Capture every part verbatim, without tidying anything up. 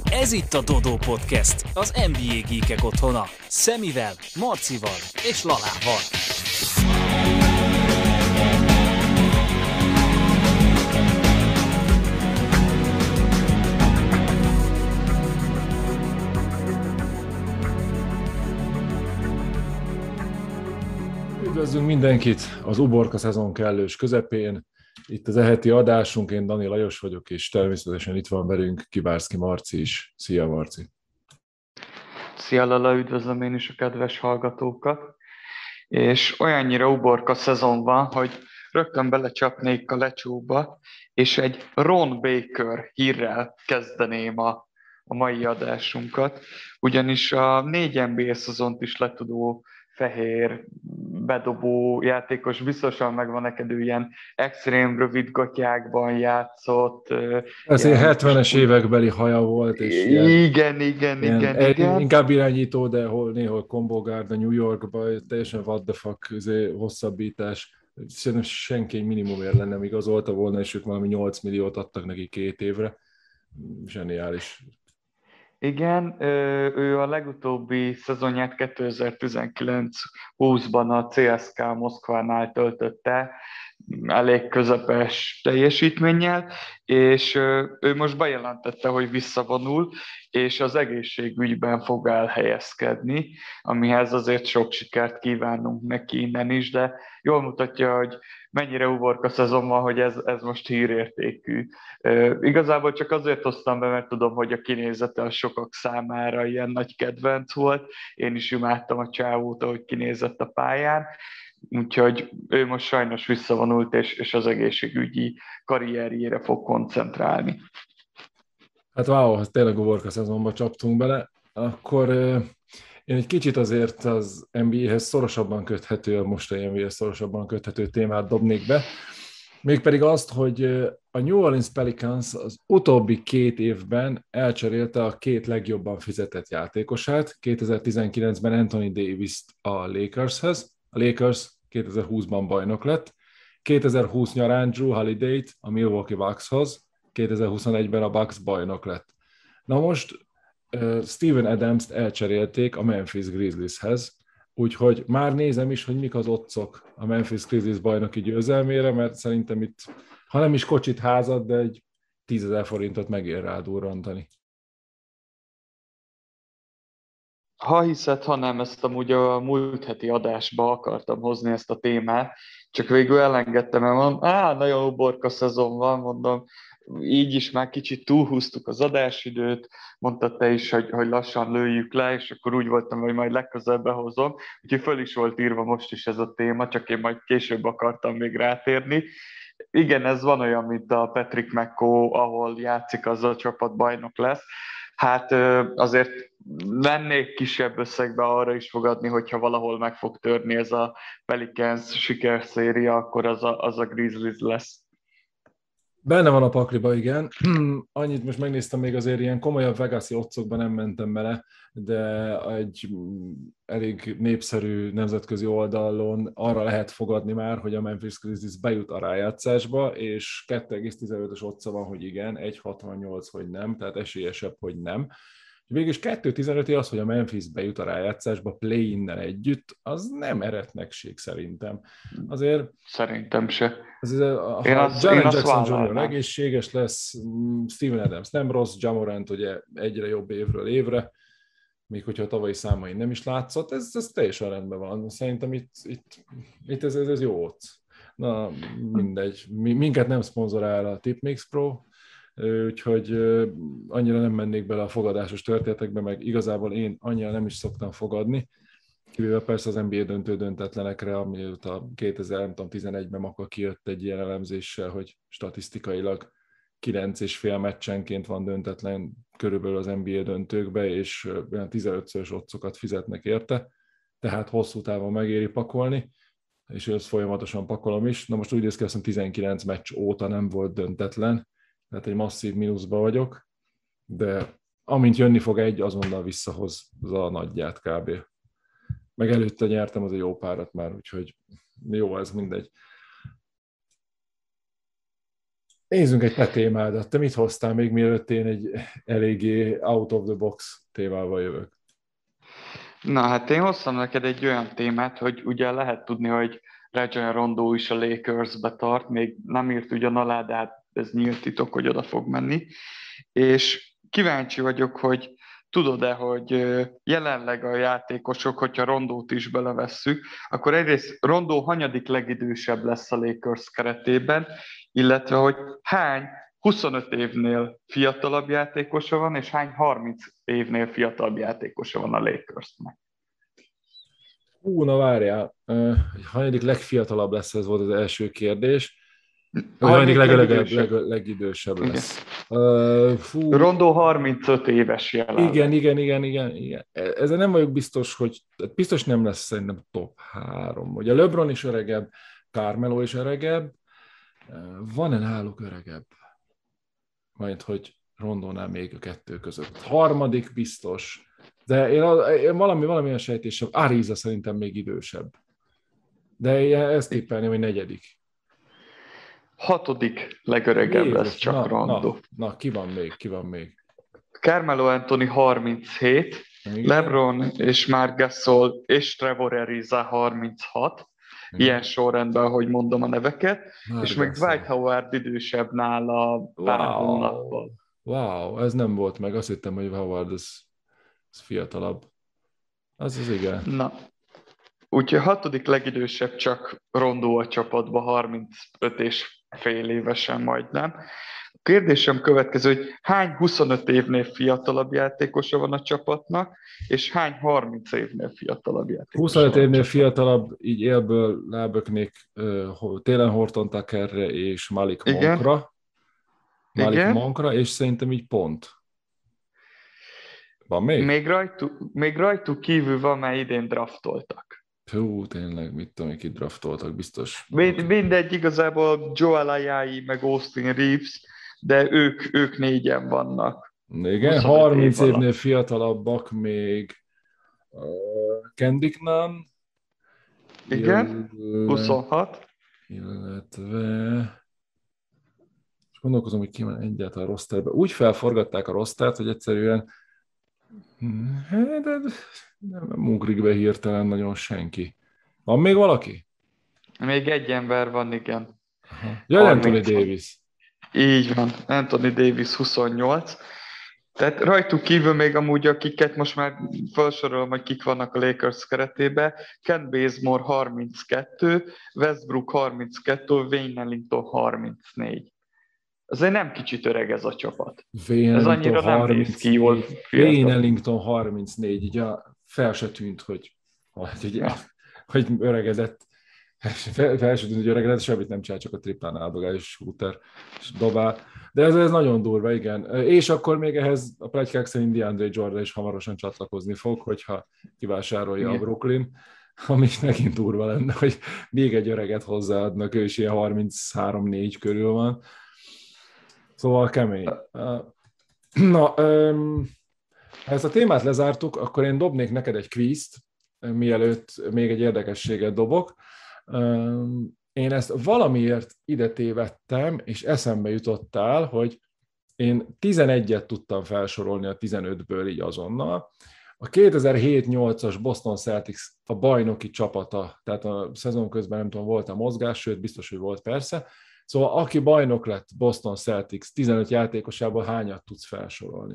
Ez itt a Dodó Podcast, az en bé á geekek otthona. Szemivel, Marcival és Lalával. Üdvözlünk mindenkit az uborka szezon kellős közepén. Itt az eheti adásunk, én Dani Lajos vagyok, és természetesen itt van velünk Kibárszki Marci is. Szia, Marci! Szia, Lala, üdvözlöm én is a kedves hallgatókat. És olyannyira uborka szezon van, hogy rögtön belecsapnék a lecsóba, és egy Ron Baker hírrel kezdeném a, a mai adásunkat, ugyanis a négy en bé á szezont is letudó fehér bedobó játékos, biztosan megvan neked, ő ilyen extrém rövid gatyákban játszott. Ez ilyen hetvenes évekbeli haja volt, és ilyen, igen, igen, ilyen, igen, egy, igen. inkább irányító, de hol, néhol combo guard a New Yorkban, teljesen what the fuck, azért hosszabbítás. Szerintem senki minimumért lenne, nem igazolta volna, és ők valami nyolc milliót adtak neki két évre. Zseniális. Igen, ő a legutóbbi szezonját kétezer-tizenkilenc húszban a cé es ká Moszkvánál töltötte, elég közepes teljesítménnyel, és ő most bejelentette, hogy visszavonul, és az egészségügyben fog elhelyezkedni, amihez azért sok sikert kívánunk neki innen is, de jól mutatja, hogy mennyire uborka szezon van, hogy ez, ez most hírértékű. Uh, igazából csak azért hoztam be, mert tudom, hogy a kinézete a sokak számára ilyen nagy kedvenc volt. Én is imádtam a csávót, ahogy kinézett a pályán. Úgyhogy ő most sajnos visszavonult, és, és az egészségügyi karrierjére fog koncentrálni. Hát wow, tényleg uborka szezonba csaptunk bele. Akkor uh, én egy kicsit azért az en bé á-hez szorosabban köthető, a mostani en bé á-hez szorosabban köthető témát dobnék be. Mégpedig azt, hogy a New Orleans Pelicans az utóbbi két évben elcserélte a két legjobban fizetett játékosát. kétezer-tizenkilencben Anthony Davis a Lakershez, a Lakers kétezer-húszban bajnok lett, kétezer-húsz nyarán Drew Holiday-t a Milwaukee Buckshoz, kétezer-huszonegyben a Bucks bajnok lett. Na most uh, Steven Adams-t elcserélték a Memphis Grizzlieshez, úgyhogy már nézem is, hogy mik az occok a Memphis Grizzlies bajnoki győzelmére, mert szerintem itt, ha nem is kocsit házat, de egy tízezer forintot megér rá durrantani. Ha hiszed, ha nem, ezt amúgy a múlt heti adásba akartam hozni ezt a témát, csak végül elengedtem, mert mondom, á, nagyon uborka szezon van, mondom, így is már kicsit túlhúztuk az adásidőt, mondtad te is, hogy, hogy lassan lőjük le, és akkor úgy voltam, hogy majd legközelebb behozom, úgyhogy föl is volt írva most is ez a téma, csak én majd később akartam még rátérni. Igen, ez van olyan, mint a Patrick McCaw, ahol játszik, az a csapat bajnok lesz. Hát azért lennék kisebb összegbe arra is fogadni, hogyha valahol meg fog törni ez a Pelicans sikerszéria, akkor az a, az a Grizzlies lesz. Benne van a pakliba, igen. Annyit most megnéztem, még azért ilyen komolyabb Vegas-i occokban nem mentem bele, de egy elég népszerű nemzetközi oldalon arra lehet fogadni már, hogy a Memphis Grizzlies bejut a rájátszásba, és kettő egész tizenötös occa van, hogy igen, egy egész hatvannyolc, hogy nem, tehát esélyesebb, hogy nem. Végülis kettő tizenöt az, hogy a Memphis bejut a rájátszásba play-innel együtt, az nem eretnekség szerintem. Azért... Szerintem se. Azért, ha Jaren Jackson junior egészséges lesz, Steven Adams nem rossz, Ja Morant ugye egyre jobb évről évre, még hogyha a tavalyi számain nem is látszott, ez, ez teljesen rendben van. Szerintem itt, itt, itt ez, ez, ez jó ott. Na, mindegy. Minket nem szponzorál a Tipmix Pro, úgyhogy annyira nem mennék bele a fogadásos történetekbe, meg igazából én annyira nem is szoktam fogadni, kivéve persze az en bé á döntő döntetlenekre, amióta kétezer-tizenegyben akkor kijött egy ilyen elemzéssel, hogy statisztikailag kilenc és fél meccsenként van döntetlen körülbelül az en bé á döntőkbe, és olyan tizenötszörös occokat fizetnek érte, tehát hosszú távon megéri pakolni, és ezt folyamatosan pakolom is. Na most úgy néz ki, azt tizenkilenc meccs óta nem volt döntetlen, tehát egy masszív mínuszba vagyok, de amint jönni fog egy, azonnal visszahozza a nagyját kb. Meg előtte nyertem az a jó párat már, úgyhogy jó, ez mindegy. Nézzünk egy te témádat. Te mit hoztál még, mielőtt én egy eléggé out of the box témával jövök? Na hát én hoztam neked egy olyan témát, hogy ugye lehet tudni, hogy Rajon Rondo is a Lakersbe tart, még nem írt ugyan alá, de hát ez nyílt titok, hogy oda fog menni. És kíváncsi vagyok, hogy tudod-e, hogy jelenleg a játékosok, hogyha Rondót is belevesszük, akkor egyrészt Rondó hanyadik legidősebb lesz a Lakers keretében, illetve hogy hány huszonöt évnél fiatalabb játékosa van, és hány harminc évnél fiatalabb játékosa van a Lakersnek. Hú, na várjál, uh, hanyadik legfiatalabb lesz, ez volt az első kérdés. Hanyadik Hanyadik legidősebb, leg, legidősebb lesz. Uh, fú, Rondó harmincöt éves jelenleg. igen, igen, igen, igen, igen. Ezzel nem vagyok biztos, hogy biztos nem lesz szerintem top három. Ugye LeBron is öregebb, Carmelo is öregebb. Van-e náluk öregebb? Majd, hogy Rondónál még a kettő között. Harmadik biztos. De én, én valami, valamilyen sejtésem, Ariza szerintem még idősebb. De én ezt tippelném, hogy negyedik. Hatodik legöregebb Jézus, lesz csak na, Rondo. Na, na, ki van még, ki van még? Carmelo Anthony harminchét, igen. LeBron és Marc Gasol és Trevor Ariza harminchat, igen. Ilyen sorrendben, ahogy mondom a neveket, Marc és még Dwight Howard idősebb nála pár wow. hónappal. Wow, ez nem volt meg, azt hittem, hogy Howard az, az fiatalabb. Az az igen. Na, úgyhogy a hatodik legidősebb csak Rondo a csapatban, harmincöt és fél évesen majdnem. A kérdésem következő, hogy hány huszonöt évnél fiatalabb játékosa van a csapatnak, és hány harminc évnél fiatalabb játékosa huszonöt van évnél fiatalabb, így élből láböknék uh, Télen Horton Tuckerre és Malik Igen. Monkra. Malik Igen. Monkra, és szerintem így pont. Van még? Még rajtuk, még rajtuk kívül van, mert idén draftoltak. Hú, tényleg, mit tudom, hogy draftoltak, biztos. Mind, mindegy, igazából Joel Ayayi, meg Austin Reeves, de ők, ők négyen vannak. Igen, harminc év évnél fiatalabbak még uh, Kendrick Nunn. Igen, illetve, huszonhat. Illetve... És gondolkozom, hogy ki van egyáltalán a rosterben. Úgy felforgatták a rostert, hogy egyszerűen de nem ugrik be hirtelen nagyon senki. Van még valaki? Még egy ember van, igen. Ja, Anthony Davis. Így van, Anthony Davis huszonnyolc. Tehát rajtuk kívül még amúgy, akiket most már felsorolom, hogy kik vannak a Lakers keretében, Ken Bazemore harminckettő, Westbrook harminckettő, Wayne Ellington harmincnégy. Azért nem kicsit öreg ez a csapat. Wayne ez annyira nem néz ki jól. Wayne Ellington harmincnégy, így a, fel se tűnt, hogy, hogy, ja. hogy öregedett. Fel, fel se tűnt, hogy öregedett, semmit nem csinál, csak a triplán áldogál és shooter és dobál. De ez, ez nagyon durva, igen. És akkor még ehhez a pletykák szerint DeAndre Jordan is hamarosan csatlakozni fog, hogyha kivásárolja igen. a Brooklyn, ami megint durva lenne, hogy még egy öreget hozzáadnak, ő is ilyen harminchárom négy körül van. Szóval kemény. Na, ha ezt a témát lezártuk, akkor én dobnék neked egy kvízt, mielőtt még egy érdekességet dobok. Én ezt valamiért ide tévedtem, és eszembe jutottál, hogy én tizenegyet tudtam felsorolni a tizenötből így azonnal. A kétezer-hét nyolcas Boston Celtics a bajnoki csapata, tehát a szezon közben nem tudom, volt a mozgás, sőt, biztos, hogy volt persze. Szóval aki bajnok lett Boston Celtics tizenöt játékosából hányat tudsz felsorolni?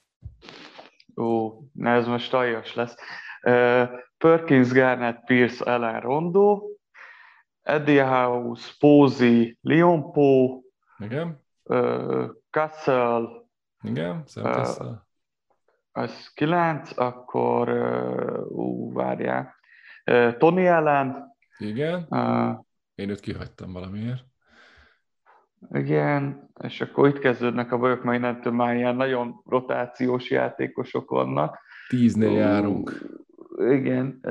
Ó, na ez most aljas lesz. Uh, Perkins, Garnett, Pierce, Allen, Rondo, Eddie House, Posey, Leon Poe, igen. Uh, Cassell, igen, Sam uh, Cassell. Az kilenc, akkor uh, ú, várjál. Uh, Tony Allen. Igen. Uh, Én őt kihagytam valamiért. Igen, és akkor itt kezdődnek a bajok, mert innentől már ilyen nagyon rotációs játékosok vannak. Tíznél járunk. Igen.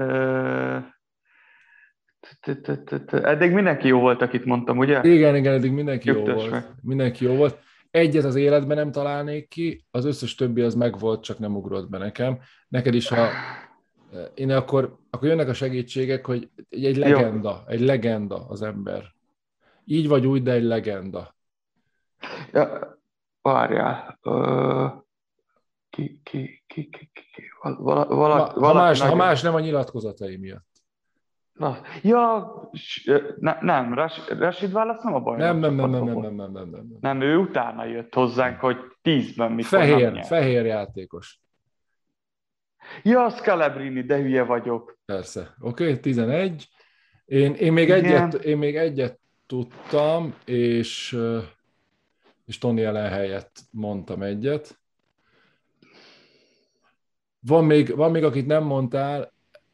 Eddig mindenki jó volt, akit mondtam, ugye? Igen, igen, eddig mindenki jó volt. Mindenki jó volt. Egyet az életben nem találnék ki, az összes többi az megvolt, csak nem ugrott be nekem. Neked is, ha én akkor, akkor jönnek a segítségek, hogy egy legenda, jó. egy legenda az ember. Így vagy úgy, de egy legenda. Ja, várjál. Ö, ki, ki, ki, ki, ki, ki. Vala, vala, ha, ha, más, nagyon... ha más nem a nyilatkozatai miatt. Na, ja, ne, nem, Rashid Wallace nem a bajnok nem, nem, nem, nem, csapatban nem, volt. nem, nem, nem, nem. Nem, ő utána jött hozzánk, hogy tízben mikor fehér, nem nyert. Fehér játékos. Ja, Scalabrini, de hülye vagyok. Persze. Oké, okay, tizenegy. Én, én, még egyet, én még egyet tudtam, és, és Tony Allen helyett mondtam egyet. Van még, van még, akit nem mondtál,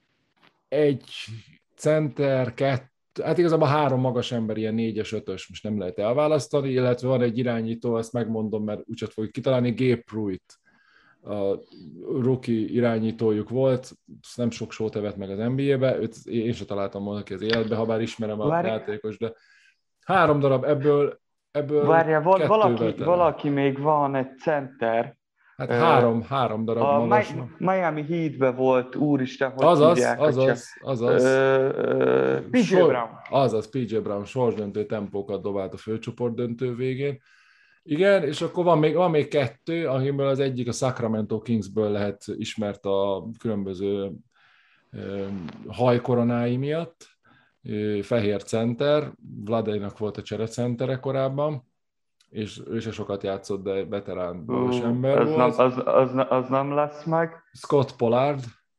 egy center, kettő, hát igazából három magas ember, ilyen négyes, ötös, most nem lehet elválasztani, illetve van egy irányító, ezt megmondom, mert úgyse fogjuk kitalálni, Gabe Pruitt, a rookie irányítójuk volt, nem sok sót evett meg az en bé á-be, őt én sem találtam volna ki az életbe, ha bár ismerem a Várj. játékos, de három darab ebből, ebből Várjál, val- valaki, valaki még van, egy center. Hát három, uh, három darab a magas. Miami Heatbe volt, úristen, hogy azaz, hívják. Azaz, azaz. Uh, uh, pé jé Sor, Brown. Azaz, pé jé Brown sorsdöntő tempókat dobált a főcsoport döntő végén. Igen, és akkor van még, van még kettő, amiből az egyik a Sacramento Kingsből lehet ismert a különböző uh, hajkoronái miatt. Uh, fehér center, Vladejnak volt a cserecentere korábban, és ő se sokat játszott, de veterán magas uh, ember az volt. Nem, az, az, az nem lesz meg. Scott Pollard.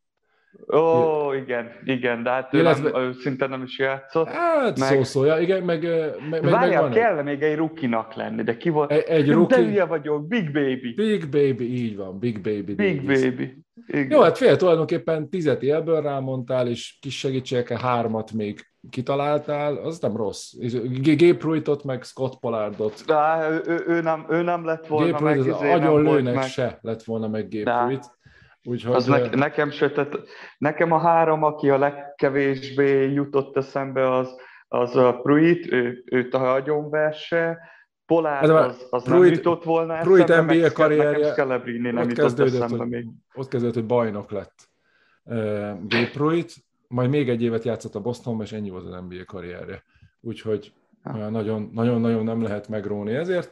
Ó, oh, igen, igen, de hát Illetve... ő, nem, ő szinte nem is játszott. Hát meg... szó-szója, igen, meg... meg Várjál, meg kell még egy rookie-nak lenni, de ki volt? Egy, egy rookie... De hülye vagyok, Big Baby. Big Baby, így van, Big Baby. Big Davis. Baby. Igen. Jó, hát fél tulajdonképpen tizet élből rámondtál, és kis segítségekkel hármat még kitaláltál, az nem rossz. Gabe Pruittot, meg Scott Pollardot. De ő, ő, ő, nem, ő nem lett volna Gabe meg. Pruitt az agyon lőnek meg. Se lett volna meg Gabe de. Pruitt. Úgyhogy... Az ne, nekem, sőt, nekem a három, aki a legkevésbé jutott eszembe, az, az a Pruitt, ő, őt a agyonverse, Pollard az, az Pruitt, nem jutott volna Pruitt eszembe, en bé á karrierje, nekem Scalabrini nem jutott eszembe hogy, még. Ott kezdődött, hogy bajnok lett uh, Gabe Pruitt, majd még egy évet játszott a Bostonban, és ennyi volt az en bé á karrierje. Úgyhogy nagyon-nagyon nem lehet megróni ezért.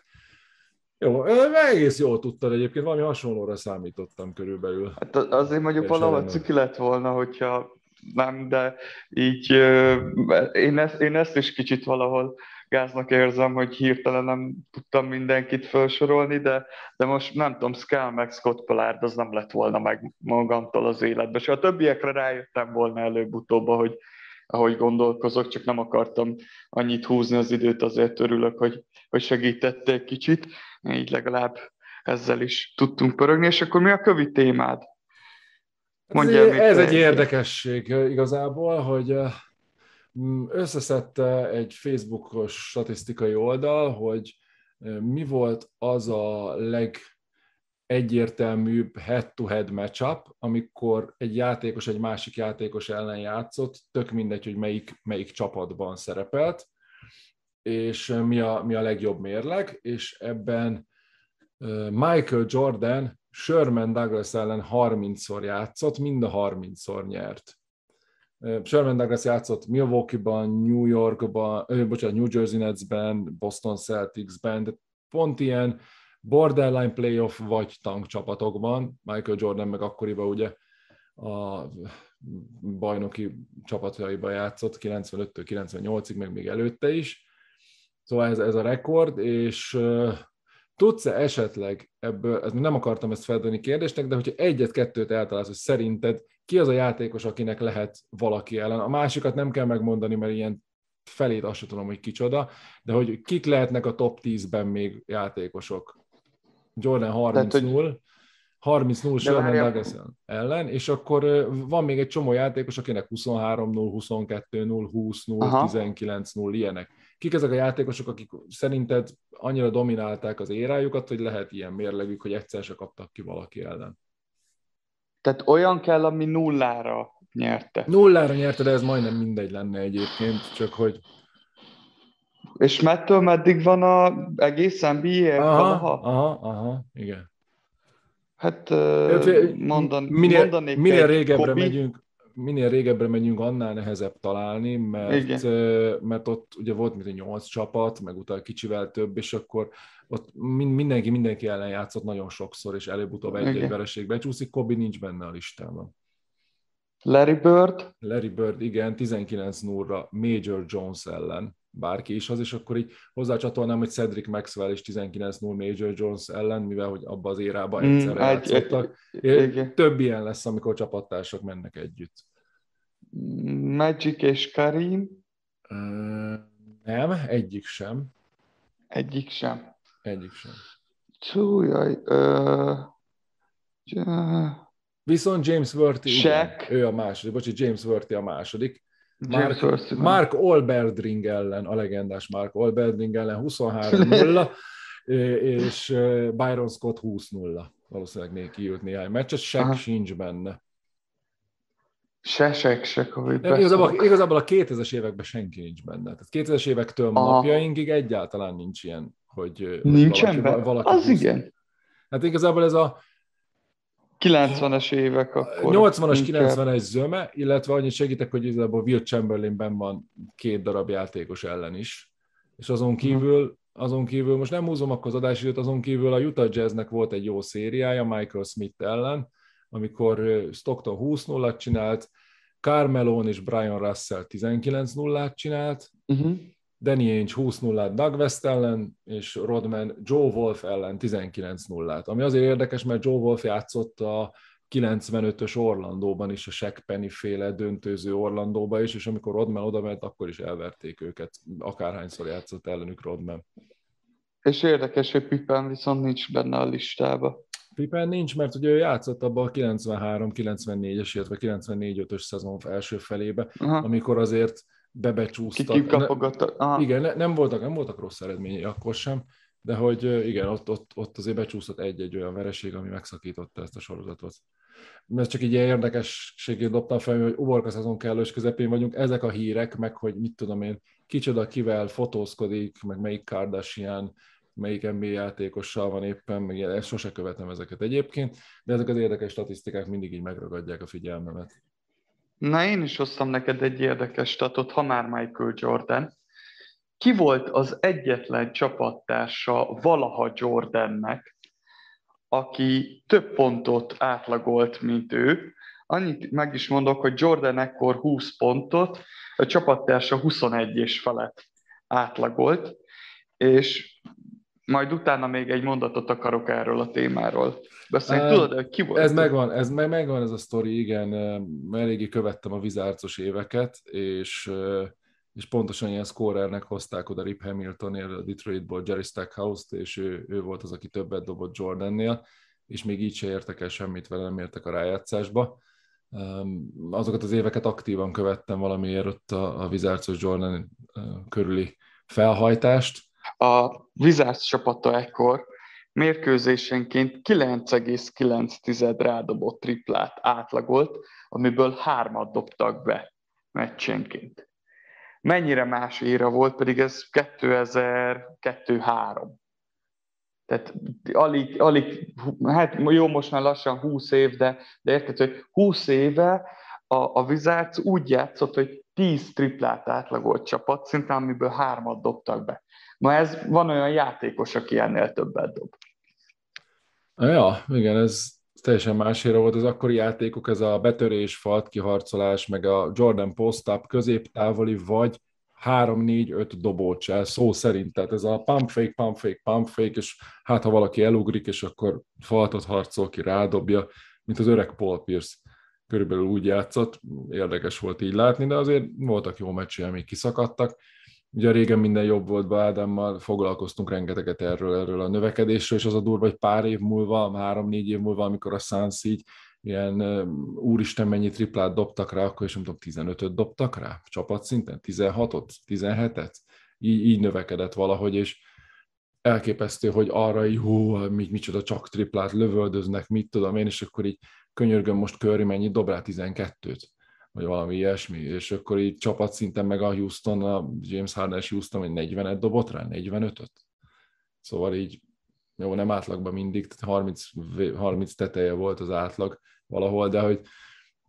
Jó, egész jól tudtad egyébként, valami hasonlóra számítottam körülbelül. Hát azért mondjuk valahol ciki lett volna, hogyha nem, de így én ezt, én ezt is kicsit valahol gáznak érzem, hogy hirtelen nem tudtam mindenkit felsorolni, de, de most nem tudom, Skal meg Scott Pollard az nem lett volna meg magamtól az életben. És a többiekre rájöttem volna előbb-utóbb, hogy ahogy gondolkozok, csak nem akartam annyit húzni az időt, azért örülök, hogy, hogy segítettél kicsit, így legalább ezzel is tudtunk pörögni, és akkor mi a kövi témád? Mondjál, ez, ez egy érdekesség igazából, hogy összeszedte egy Facebookos statisztikai oldal, hogy mi volt az a legegyértelműbb head-to-head matchup, amikor egy játékos egy másik játékos ellen játszott, tök mindegy, hogy melyik, melyik csapatban szerepelt, és mi a, mi a legjobb mérleg, és ebben Michael Jordan Sherman Douglas ellen harmincszor játszott, mind a harmincszor nyert. Sherman Douglas játszott Milwaukee-ban, New Yorkban, ö, bocsánat, New Jersey Netsben, Boston Celticsben, de pont ilyen borderline playoff vagy tank csapatokban. Michael Jordan meg akkoriban ugye a bajnoki csapatjaiban játszott, kilencvenöttől kilencvennyolcig, meg még előtte is. Szóval ez, ez a rekord, és tudsz-e esetleg ebből, nem akartam ezt feltenni kérdésnek, de hogyha egyet-kettőt eltalálsz, hogy szerinted ki az a játékos, akinek lehet valaki ellen? A másikat nem kell megmondani, mert ilyen felét azt sem tudom, hogy kicsoda, de hogy kik lehetnek a top tízben még játékosok? Jordan harminc null, harminc null Sherman Douglas ellen, és akkor van még egy csomó játékos, akinek huszonhárom null, huszonkettő null, húsz null, tizenkilenc null, ilyenek. Kik ezek a játékosok, akik szerinted annyira dominálták az érájukat, hogy lehet ilyen mérlegük, hogy egyszer se kaptak ki valaki ellen? Tehát olyan kell, ami nullára nyerte. Nullára nyerte, de ez majdnem mindegy lenne egyébként, csak hogy... És mettől meddig van a egész en bé á? Aha, aha, aha, igen. Hát mondan, minél, mondanék minél régebbre Kobe. megyünk, minél régebbre megyünk, annál nehezebb találni, mert, mert ott ugye volt mint egy nyolc csapat, meg utána kicsivel több, és akkor ott mindenki mindenki ellen játszott nagyon sokszor, és előbb-utóbb egy-egy vereségbe csúszik. Kobe nincs benne a listában. Larry Bird? Larry Bird, igen, tizenkilenc nulla Major Jones ellen, bárki is az, és akkor így hozzácsatolnám, hogy Cedric Maxwell is tizenkilenc nulla Major Jones ellen, mivel hogy abban az érában egyszerre mm, játszottak. Egy, egy, Több ilyen lesz, amikor csapattársak mennek együtt. Magic és Kareem? Uh, nem, egyik sem. Egyik sem? Egyik sem. Csújjaj. Uh, uh, Viszont James Worthy, igen, ő a második. Bocsi, James Worthy a második. Mark, Worthy, Mark Olberdring ellen, a legendás Mark Olberdring ellen huszonhárom nulla, és Byron Scott húsz nulla. Valószínűleg még kiült néhány meccset, Shaq sincs benne. Se, se, se, ahogy igazából, igazából a kétezres években senki nincs benne. Tehát kétezres évektől Aha. napjainkig egyáltalán nincs ilyen, hogy nincsen valaki, valaki az húsz. Igen. Hát igazából ez a kilencvenes évek akkor. nyolcvanas, kilencvenes zöme, illetve annyit segítek, hogy igazából Will Chamberlainben van két darab játékos ellen is. És azon kívül, azon kívül most nem húzom akkor az adásidőt, azon kívül a Utah Jazznek volt egy jó szériája Michael Smith ellen, amikor Stockton húsz nullát csinált, Carmelo és Brian Russell tizenkilenc nullát csinált, uh-huh. Danny Ainge húsz nullát Doug West ellen, és Rodman Joe Wolf ellen tizenkilenc nullát. Ami azért érdekes, mert Joe Wolf játszott a kilencvenötös Orlandóban is, a Shaq Penny féle döntőző Orlandóban is, és amikor Rodman odament, akkor is elverték őket, akárhányszor játszott ellenük Rodman. És érdekes, hogy Pippen viszont nincs benne a listába. Pippen nincs, mert ugye ő játszott abban a kilencvenhárom kilencvennégyes, illetve kilencvennégy ötös szezon első felébe, Aha. amikor azért bebecsúsztak. Ne, igen, ne, nem, voltak, nem voltak rossz eredményei akkor sem, de hogy igen, ott, ott, ott azért becsúszott egy-egy olyan vereség, ami megszakította ezt a sorozatot. Ez csak így ilyen érdekességét dobtam fel, hogy uborka szezon kellős közepén vagyunk, ezek a hírek, meg hogy mit tudom én, kicsoda kivel fotózkodik, meg melyik Kardashian, melyik en bé á játékossal van éppen, meg ilyen, sose követem ezeket egyébként, de ezek az érdekes statisztikák mindig így megragadják a figyelmemet. Na, én is hoztam neked egy érdekes statot, ha már Michael Jordan. Ki volt az egyetlen csapattársa valaha Jordannek, aki több pontot átlagolt, mint ő? Annyit meg is mondok, hogy Jordan ekkor húsz pontot, a csapattársa huszonegy és felett átlagolt, és majd utána még egy mondatot akarok erről a témáról beszélni. Tudod, hogy ki volt? Ez megvan, ez megvan ez a sztori, igen, eléggé követtem a Wizards-os éveket, és, és pontosan ilyen scorernek hozták oda Rip Hamiltonért, a Detroitból Jerry Stackhouse-t, és ő, ő volt az, aki többet dobott Jordannél, és még így se értek el semmit vele, nem értek a rájátszásba. Azokat az éveket aktívan követtem valamiért ott a, a Wizards-os Jordan körüli felhajtást. A Wizards csapata ekkor mérkőzésenként kilenc egész kilenc rádobott triplát átlagolt, amiből hármat dobtak be meccsenként. Mennyire más éra volt, pedig ez kétezer-kettő-három. Tehát alig, alig, hát jó, most már lassan húsz év, de, de érted, hogy húsz éve a, a Wizards úgy játszott, hogy tíz triplát átlagolt csapat, szinte amiből hármat dobtak be. Ma ez van olyan játékos, aki ennél többet dob. Ja, igen, ez teljesen másére volt az akkori játékok, ez a betörés, falt kiharcolás, meg a Jordan post-up középtávoli, vagy három négy öt dobócsel, szó szerint. Tehát ez a pump fake, pump fake, pump fake, és hát ha valaki elugrik, és akkor faltot harcol ki, rádobja, mint az öreg Paul Pierce. Körülbelül úgy játszott, érdekes volt így látni, de azért voltak jó meccsei, amik kiszakadtak. Ugye régen minden jobb volt, Ádámmal foglalkoztunk rengeteget erről, erről a növekedésről, és az a durva, hogy pár év múlva, három-négy év múlva, amikor a Suns így ilyen úristen mennyi triplát dobtak rá, akkor is nem tudom, tizenötöt dobtak rá csapatszinten, tizenhatot, tizenhetet, így, így növekedett valahogy, és elképesztő, hogy arra így, hú, mit, micsoda csak triplát lövöldöznek, mit tudom én, és akkor így könyörgöm most Curry mennyit dob rá, tizenkettőt, vagy valami ilyesmi, és akkor így csapatszinten meg a Houston, a James Harden-es Houston, hogy negyvenet dobott rá, negyvenötöt. Szóval így, jó, nem átlagban mindig, harminc, harminc teteje volt az átlag valahol, de hogy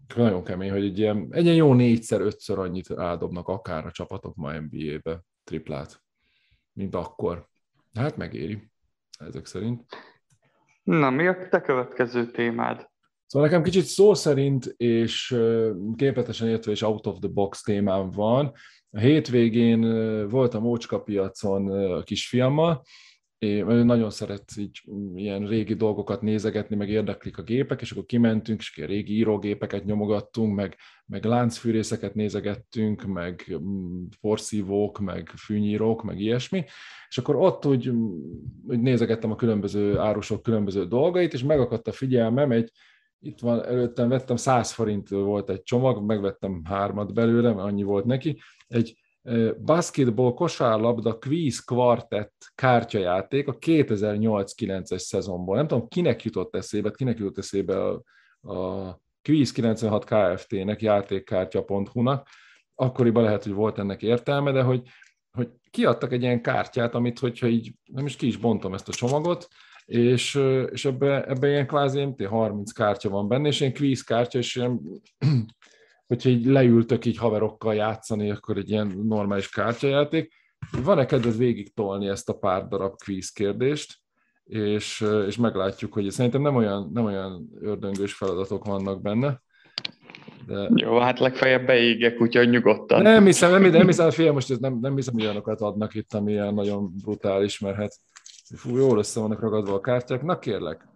Nagyon kemény, hogy egy ilyen, egy ilyen jó négyszer, ötször annyit áldobnak akár a csapatok ma en bé á-be triplát, mint akkor. Hát megéri, ezek szerint. Na, mi a te következő témád? Szóval nekem kicsit szó szerint és képletesen értve és out of the box témám van. A hétvégén voltam ócskapiacon a kisfiammal, és nagyon szeret így ilyen régi dolgokat nézegetni, meg érdeklik a gépek, és akkor kimentünk, és a régi írógépeket nyomogattunk, meg, meg láncfűrészeket nézegettünk, meg porszívók, meg fűnyírók, meg ilyesmi, és akkor ott úgy, úgy nézegettem a különböző árusok különböző dolgait, és megakadt a figyelmem, egy itt van, előttem vettem, száz forint volt egy csomag, megvettem hármat belőle, mert annyi volt neki, egy basketball kosárlabda Quiz Quartet kártyajáték a kétezer-nyolc kilences szezonból. Nem tudom, kinek jutott eszébe, kinek jutott eszébe a, a Quiz kilencvenhat Kft-nek, játékkártya pont hu-nak. Akkoriban lehet, hogy volt ennek értelme, de hogy, hogy kiadtak egy ilyen kártyát, amit, hogyha így, nem is ki is bontom ezt a csomagot, és, és ebben ebbe ilyen kvázi harminc kártya van benne, és ilyen quiz kártya, és ilyen, hogyha így leültök így haverokkal játszani, akkor egy ilyen normális kártyajáték. Van-e kedved végig tolni ezt a pár darab quiz kérdést, és, és meglátjuk, hogy szerintem nem olyan, nem olyan ördöngős feladatok vannak benne. De... Jó, hát legfeljebb beégek, úgyhogy nyugodtan. Nem hiszem, nem, nem hiszem, fél, most ez nem, nem hiszem, hogy olyanokat adnak itt, ami ilyen nagyon brutális, mert hát fú, jól össze vannak ragadva a kártyák. Na kérlek.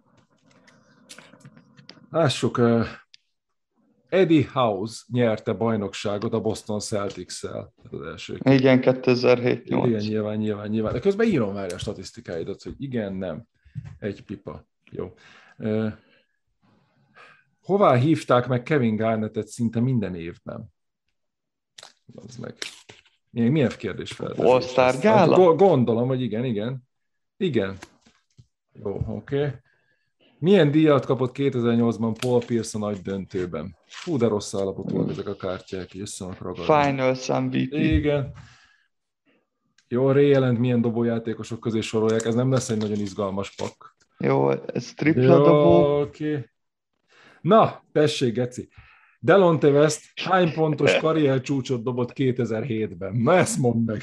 Lássuk, uh, Eddie House nyerte bajnokságot a Boston Celtics-szel. Az első. Igen, kétezer-hét nyolc. Igen, nyilván, nyilván, nyilván. De közben írom már a statisztikáidat, hogy igen, nem. Egy pipa. Jó. Uh, hová hívták meg Kevin Garnettet szinte minden évben? Az meg. Milyen, milyen kérdés feltevés? All-Star Gála? Gondolom, hogy igen, igen. Igen. Jó, oké. Okay. Milyen díjat kapott kétezer-nyolcban Paul Pierce a nagy döntőben? Fú, de rossz állapotúak ezek a kártyák, így össze vannak ragadva. Finals em vé pé. Igen. Jó, Ray Allen milyen dobójátékosok közé sorolják, ez nem lesz egy nagyon izgalmas pak. Jó, ez tripla dobó. Oké. Okay. Na, tessék, Geci. Delonte West hány pontos karrier csúcsot dobott kétezer-hétben? Na, ezt mondd meg.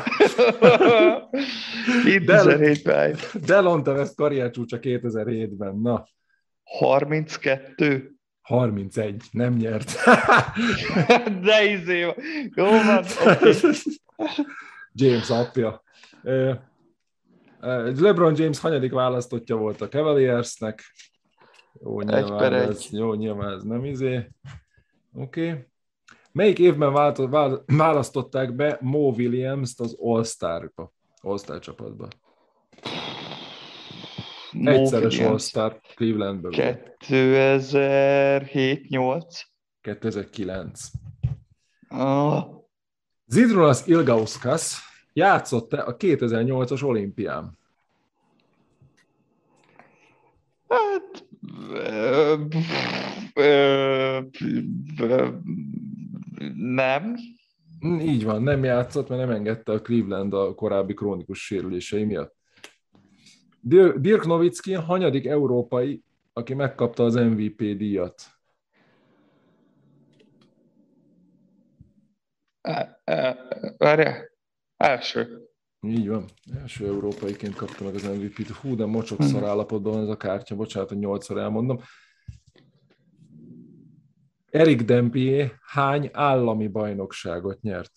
kétezer-hétben. Delonte West karrier csúcsa kétezer-hétben. Na. harminckettő. harmincegy. Nem nyert. De izé. Jó van. Okay. James apja. LeBron James hanyadik választottja volt a Cavaliersnek. Jó, nyilván, egy ez, jó, nyilván ez nem izé. Oké. Okay. Melyik évben választották be Mo Williams-t az All-Star-ba, All-Star csapatba? Mo Egyszeres Williams. All-Star Clevelandből. kétezer-hét nyolc. kétezer-kilenc. Oh. Zydrunas Ilgauskas játszott-e a kétezer-nyolcas olimpián? Hát... Nem. Így van, nem játszott, mert nem engedte a Cleveland a korábbi krónikus sérülései miatt. Dirk Nowitzki hanyadik európai, aki megkapta az em vé pé díjat? Várjál, első. Így van, első európaiként kapta meg az em vé pét. Hú, de mocsokszor állapotban ez a kártya, bocsánat, hogy nyolcszor elmondom. Eric Dampier hány állami bajnokságot nyert?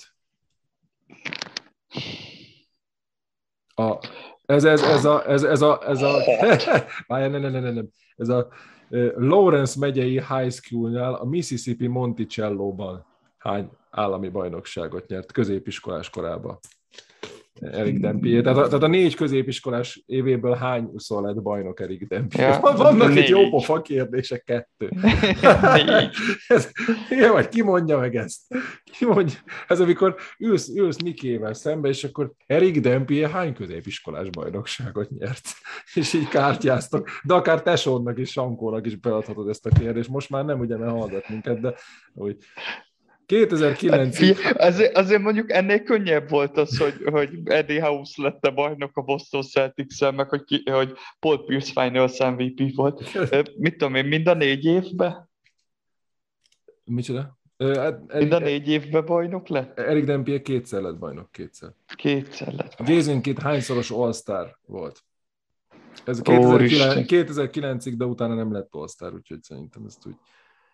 A, ez, ez, ez a, ez, ez a, ez a, várjál, ne, ne, ne, ne, ne, ez a Lawrence megyei High School-nál a Mississippi Monticello-ban hány állami bajnokságot nyert középiskolás korában? Eric Dampier. Tehát a, tehát a négy középiskolás évéből hányszor lett bajnok Eric Dampier? Ja, vannak négy. Itt jó pofa kérdések, kettő. ez, igen, vagy ki mondja meg ezt? Ki mondja? Ez amikor ülsz, ülsz Nikével szembe, és akkor Eric Dampier hány középiskolás bajnokságot nyert? És így kártyáztok. De akár tesódnak és Sankónak is beadhatod ezt a kérdést. Most már nem ugyan hallgat minket, de úgy... kétezer-kilencig... Azért, azért mondjuk ennél könnyebb volt az, hogy, hogy Eddie House lett a bajnok a Boston Celtics-el, meg hogy, ki, hogy Paul Pierce Finals em vé pé volt. Mit tudom én, mind a négy évben? Micsoda? Mind a négy évben bajnok lett? Eric Dampier kétszer lett bajnok, kétszer. Kétszer lett. Jason Kidd hányszoros All-Star volt? Ez kétezer-kilencig, de utána nem lett All-Star, úgyhogy szerintem ezt úgy...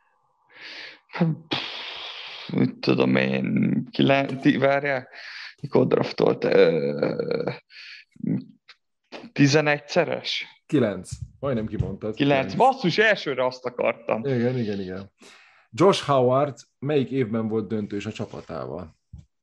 Úgy tudom én, kilenc, várjál, mikor draftolt? tizenegyszeres? Kilenc. Majdnem kimondtad. Kilenc. Basszus, elsőre azt akartam. Igen, igen, igen. Josh Howard melyik évben volt döntős a csapatával?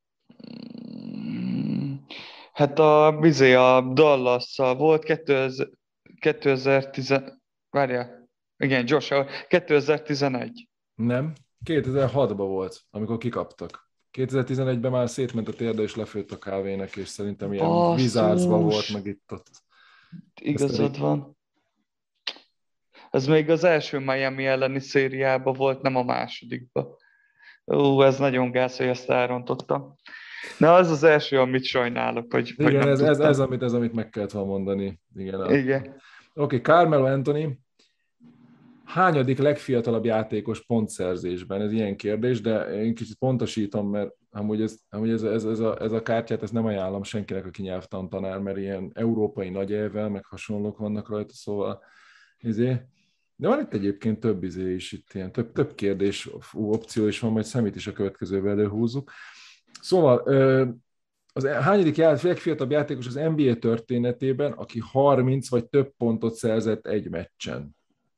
Hát a, bizony, a Dallas-szal volt kétezer-tíz, várjál, igen, Josh Howard, kétezer-tizenegy. Nem, kétezer-hatban volt, amikor kikaptak. kétezer-tizenegyben már szétment a térde, és lefőtt a kávének, és szerintem ilyen Wizardsban volt, meg itt ott. Igazad Ezt van. Ez még az első Miami elleni szériában volt, nem a másodikban. Ú, ez nagyon gáz, hogy ezt elrontottam. Na, az az első, amit sajnálok, hogy, igen, hogy nem ez, ez, ez, amit, ez, amit meg kellett volna mondani. Igen. Igen. Oké, okay, Carmelo Anthony hányadik legfiatalabb játékos pontszerzésben? Ez ilyen kérdés, de én kicsit pontosítom, mert amúgy, ez, amúgy ez, ez, ez, a, ez a kártyát ezt nem ajánlom senkinek, aki nyelvtan tanár, mert ilyen európai nagy elvvel, meg hasonlók vannak rajta, szóval izé. De van itt egyébként több izé is, itt ilyen több, több kérdés, opció is van, majd Szemét is a következővel előhúzzuk. Szóval az hányadik legfiatalabb játékos az en bé á történetében, aki harminc vagy több pontot szerzett egy meccsen?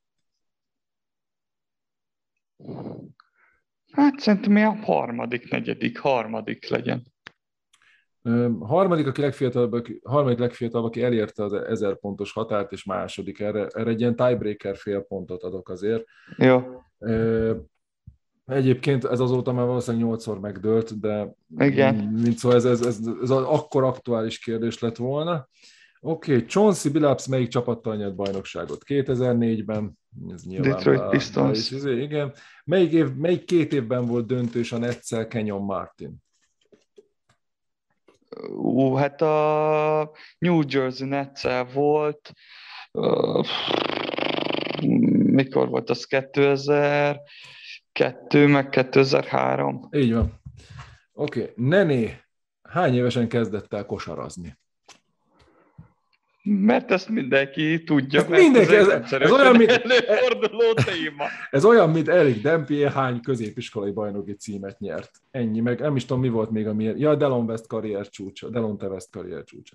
Hát szerintem a harmadik, negyedik, harmadik legyen. Harmadik, aki legfiatalabb, harmadik legfiatalabb, aki elérte az ezer pontos határt, és második. Erre, erre egy ilyen tiebreaker fél pontot adok azért. Jó. Egyébként ez azóta már valószínűleg nyolcszor megdőlt, de igen. Mint szóval ez, ez, ez, ez akkor aktuális kérdés lett volna. Oké, okay. Chauncey Billups melyik csapattal nyert bajnokságot? kétezer-négyben. Ez Detroit Pistons. Is, igen. Melyik, év, melyik két évben volt döntős a Netszel Kenyon Martin? Ú, hát a New Jersey Netszel volt. Uh, mikor volt az? kétezer-kettő, meg kétezer-három. Így van. Oké. Okay. Nené hány évesen kezdett el kosarazni? Mert ezt mindenki tudja. Mert mindenki, ez, ez, ez olyan, mint, előforduló téma. Ez olyan, mint Eric Dampier hány középiskolai bajnoki címet nyert. Ennyi, meg nem is tudom, mi volt még a miért. Ja, Delon West karrier csúcsa. Delon Te West karrier csúcsa.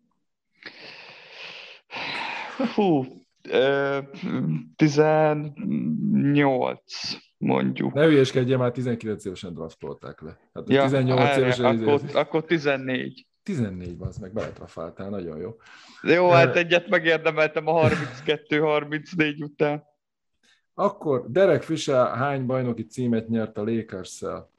Hú, tizennyolc mondjuk. Ne hülyeskedje, már tizenkilenc évesen draftolták le. Hát ja, tizennyolc évesen... Akkor, akkor tizennégy. tizennégy, az meg beletrafáltál, nagyon jó. Jó, hát egyet megérdemeltem a harminckettő harmincnégy után. Akkor Derek Fisher hány bajnoki címet nyert a Lakers-szel?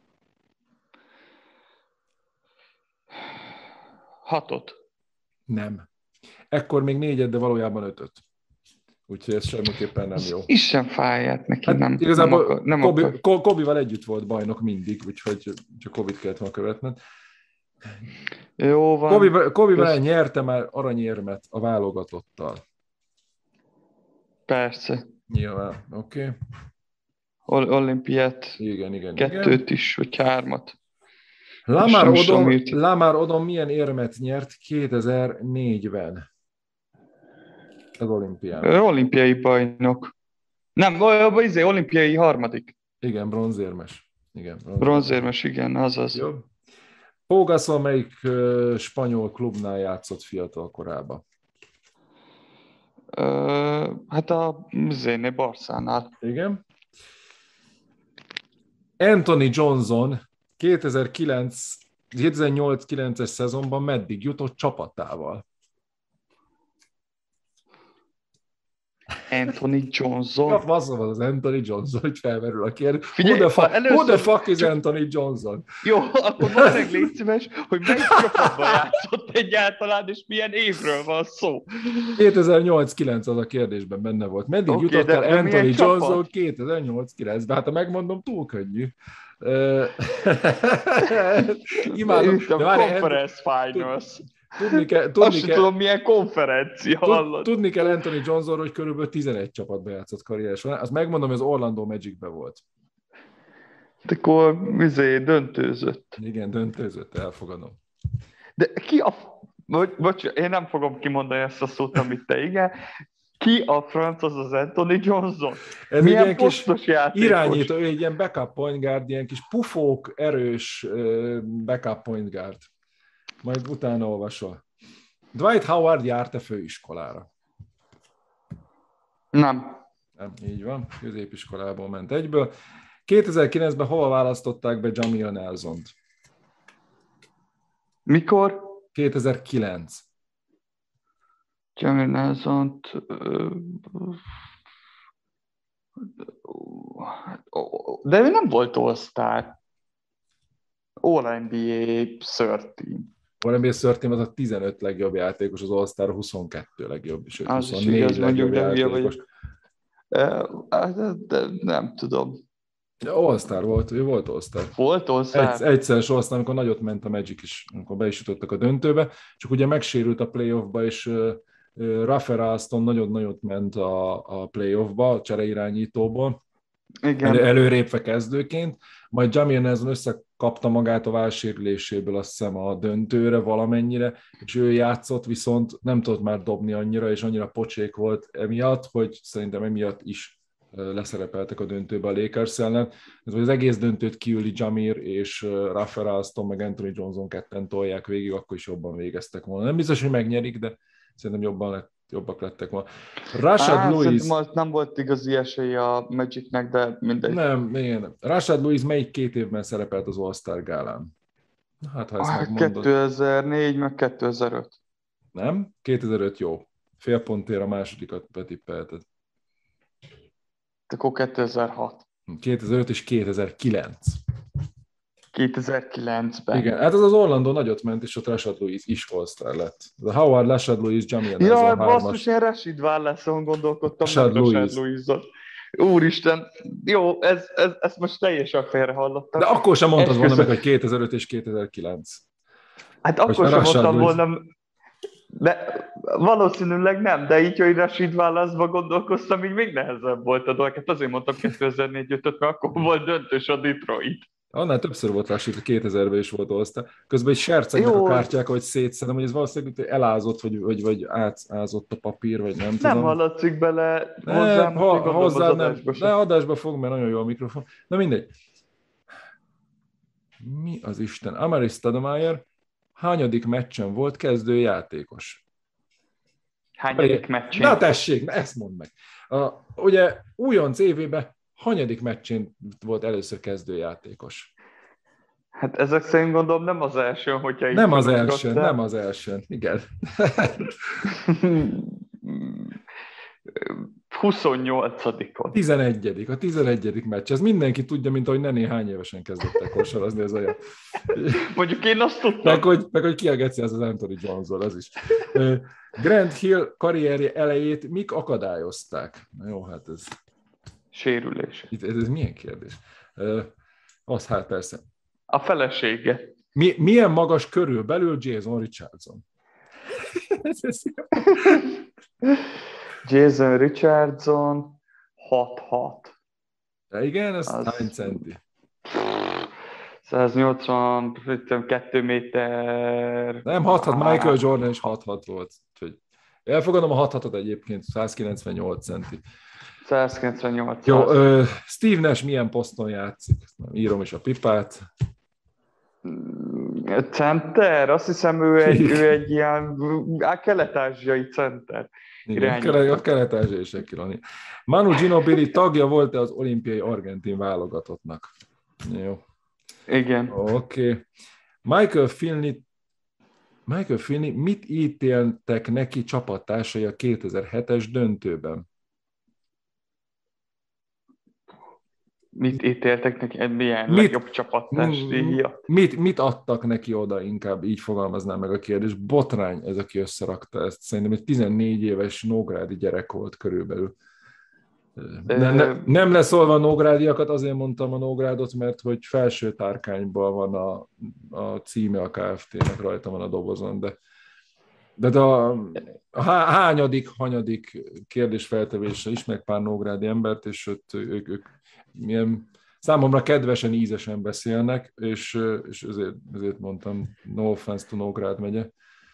Hatot. Nem. Ekkor még négyet, de valójában ötöt. Úgyhogy ez semmiképpen nem jó. Isten fáját neki, hát nem. Igazából nem akar, nem Kobe, akar. Kobe-val együtt volt bajnok mindig, úgyhogy csak Kobe-t kellett volna követned. Jó van. Kobe, Kobe Bryant nyerte már aranyérmet a válogatottal. Persze. Nyilván, oké. Okay. Ol- olimpiát. Igen, igen, Kettőt igen. is, vagy hármat. Lamar Odom, Lamar Odom milyen érmet nyert kétezer-négyben az olimpián? Ö, olimpiai bajnok. Nem, izé, olimpiai harmadik. Igen, bronzérmes. Igen, bronzérmes. Bronzérmes, igen, azaz. Jó. Pau Gasol melyik uh, spanyol klubnál játszott fiatal korában? Uh, hát a Zéné Barszánál. Igen. Anthony Johnson kétezer-kilenc kétezer-nyolc-kilences szezonban meddig jutott csapatával? Anthony Johnson. Ja, az az Anthony Johnson, hogy felmerül a kérdés. Figyelj, who, the fuck, először... who the fuck is Anthony Johnson? Jó, akkor mondd meg, légy szíves, hogy melyik csapatban játszott egyáltalán, és milyen évről van szó. kétezer-nyolc-kilenc az a kérdésben benne volt. Meddig okay, jutott el Anthony Johnson kétezer-nyolc-kilenc? Hát ha megmondom, túl könnyű. Imádom. Conference Finals. Tudni kell, tudni Azt kell, tudom, milyen konferencia, hallod. Tudni kell Anthony Johnson, hogy körülbelül tizenegy csapatba játszott karrier során. Azt megmondom, hogy az Orlando Magicben volt. De akkor izé, döntőzött. Igen, döntőzött, elfogadom. De ki a... Bocs, bocs, én nem fogom kimondani ezt a szót, amit te, igen. Ki a franc az az Anthony Johnson? Ez Milyen egy kis posztos játékos? irányító, egy ilyen backup point guard, ilyen kis pufók, erős backup point guard. Majd utána olvasol. Dwight Howard járt-e főiskolára? Nem. Nem, így van. Középiskolából ment egyből. kétezer-kilencben hova választották be Jamil Nelsont? Mikor? kétezer-kilenc. Jamil Nelsont... De ő nem volt All-Star. All-en bé á third team. All-en bé á third team az a tizenöt legjobb játékos, az All-Star huszonkettő legjobb, sőt Az is huszonnégy igaz, legjobb mondjuk, de hülye játékos. vagyok. De, de nem tudom. All-Star volt, ő volt All-Star. Volt All-Star? Egy, egyszeres All-Star, amikor nagyot ment a Magic is, amikor be is jutottak a döntőbe, csak ugye megsérült a playoffba, és uh, uh, Rafer Alston nagyon-nagyot ment a, a playoffba, a csereirányítóból, Igen. elő, előrépve kezdőként, majd Jamil Nelson összekapta magát a válsérüléséből, azt hiszem, a döntőre valamennyire, és ő játszott, viszont nem tudott már dobni annyira, és annyira pocsék volt emiatt, hogy szerintem emiatt is leszerepeltek a döntőbe a Lakers ellen. Ez az egész döntőt kiüli Jamir és Rafer Alston, meg Anthony Johnson ketten tolják végig, akkor is jobban végeztek volna. Nem biztos, hogy megnyerik, de szerintem jobban lett, jobbak lettek volna. Rashad Á, Lewis... Szerintem az nem volt igazi esély a Magicnek, de mindegy. Nem, igen. Rashad Lewis melyik két évben szerepelt az All-Star gálán? Hát, ha ezt megmondod. kétezer-négy, meg kétezer-öt. Nem? kétezer-öt jó. Fél pontért a másodikat betippelted. Akkor kétezer-hat. kétezer-öt és kétezer-kilenc. kétezer-kilencben. Igen, hát az az Orlando nagyot ment, és ott Rashad Lewis is All-Star lett. A Howard, Rashad Lewis, Jamil Nelson Ja, hármas. basszus, én Rashid Wallace-on gondolkodtam, Rashad nem Lewis. Rashad Lewis-on. Úristen, jó, ez, ez, ezt most teljesen félre hallottam. De akkor sem mondtad volna Esküszöm. meg, hogy kétezer-öt és kétezer-kilenc. Hát akkor Most sem Rashad mondtam Lewis. volna, de valószínűleg nem, de így, hogy Rashid Wallace-ba gondolkoztam, így még nehezebb volt a dolog. Hát azért mondtam kétezer-négy-ötöt, mert akkor volt döntős a Detroit. Annál többször volt Rashid, a kétezerben is volt All-Star. Közben egy sercegnek Jó. a kártyák, hogy szétszedem, hogy ez valószínűleg hogy elázott, vagy, vagy, vagy átázott a papír, vagy nem, Nem tudom. hallatszik bele Ne, hozzám, ha, még gondolom hozzá az nem, adásba de sem. adásba fog, mert nagyon jó a mikrofon. Na mindegy. Mi az Isten? Amari Stoudemire hányadik meccsen volt kezdő játékos? Hányadik meccsén? Na tessék, na ezt mondd meg. A, ugye újonc évében hanyadik meccsén volt először kezdő játékos? Hát ezek szerint gondolom nem az első, hogyha így Nem az tudod, első, de- nem az első. Igen. huszonnyolcadikon. tizenegyedik A tizenegyedik meccs. Ez mindenki tudja, mint ahogy Nené hány évesen kezdett el kosarazni, ez olyan. Mondjuk én azt tudtam. Meg hogy, meg, hogy ki a geci, az az Anthony Johnson, az is. Grant Hill karrierje elejét mik akadályozták? Na jó, hát ez, Sérülés. ez, ez milyen kérdés? Az hát persze. A felesége. Mi, milyen magas körülbelül Jason Richardson? Ez, ez Jason Richardson hat hat. De igen, ez Az- hány centi? száznyolcvankettő méter. Nem, hat hat, Michael Jordan is hat hat volt. Úgyhogy elfogadom a hat hatot egyébként, százkilencvennyolc centi. százkilencvennyolc. Jó, uh, Steve Nash milyen poszton játszik? Írom is a pipát. Center? Azt hiszem, ő egy, ő egy ilyen á, kelet-ázsiai center. Igen, Irányító. kele- a kelet-ázsiai Sekilani. Manu Ginobili tagja volt-e az olimpiai argentin válogatottnak? Jó, Igen. oké. Okay. Michael Finley Michael Finley mit ítéltek neki csapattársai a kétezer-hetes döntőben? Mit ítéltek neki? Milyen Mit? legjobb csapattárs díjat? Mit, mit adtak neki oda, inkább így fogalmaznám meg a kérdés. Botrány ez, aki összerakta ezt. Szerintem egy tizennégy éves nógrádi gyerek volt körülbelül. Ne, ne, nem leszólva a nógrádiakat, azért mondtam a nógrádot, mert hogy felső tárkányban van a, a címe a ká ef té-nek, rajta van a dobozon, de, de, de a, a hányadik, hanyadik kérdésfeltevésre ismerek pár nógrádi embert, és ott ők, ők milyen számomra kedvesen, ízesen beszélnek, és, és ezért, ezért mondtam, no offense to Nógrád megye.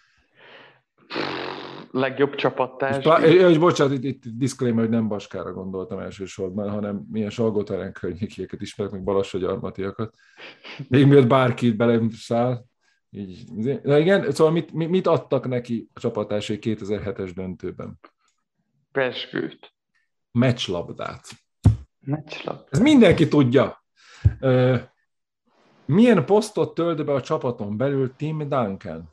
Legjobb csapattárs. És, plá- és bocsánat, itt, itt disclaimer, hogy nem Baskára gondoltam elsősorban, hanem milyen Salgóterem környékieket ismerek, meg Balassagyarmatiakat. Még miatt bárki belem száll. Így. Na igen, szóval mit, mit adtak neki a csapattársai kétezer-hetes döntőben? Pezsgőt. Meccslabdát. Meccslabdát. Ez mindenki tudja. Milyen posztot tölt be a csapaton belül Tim Duncan?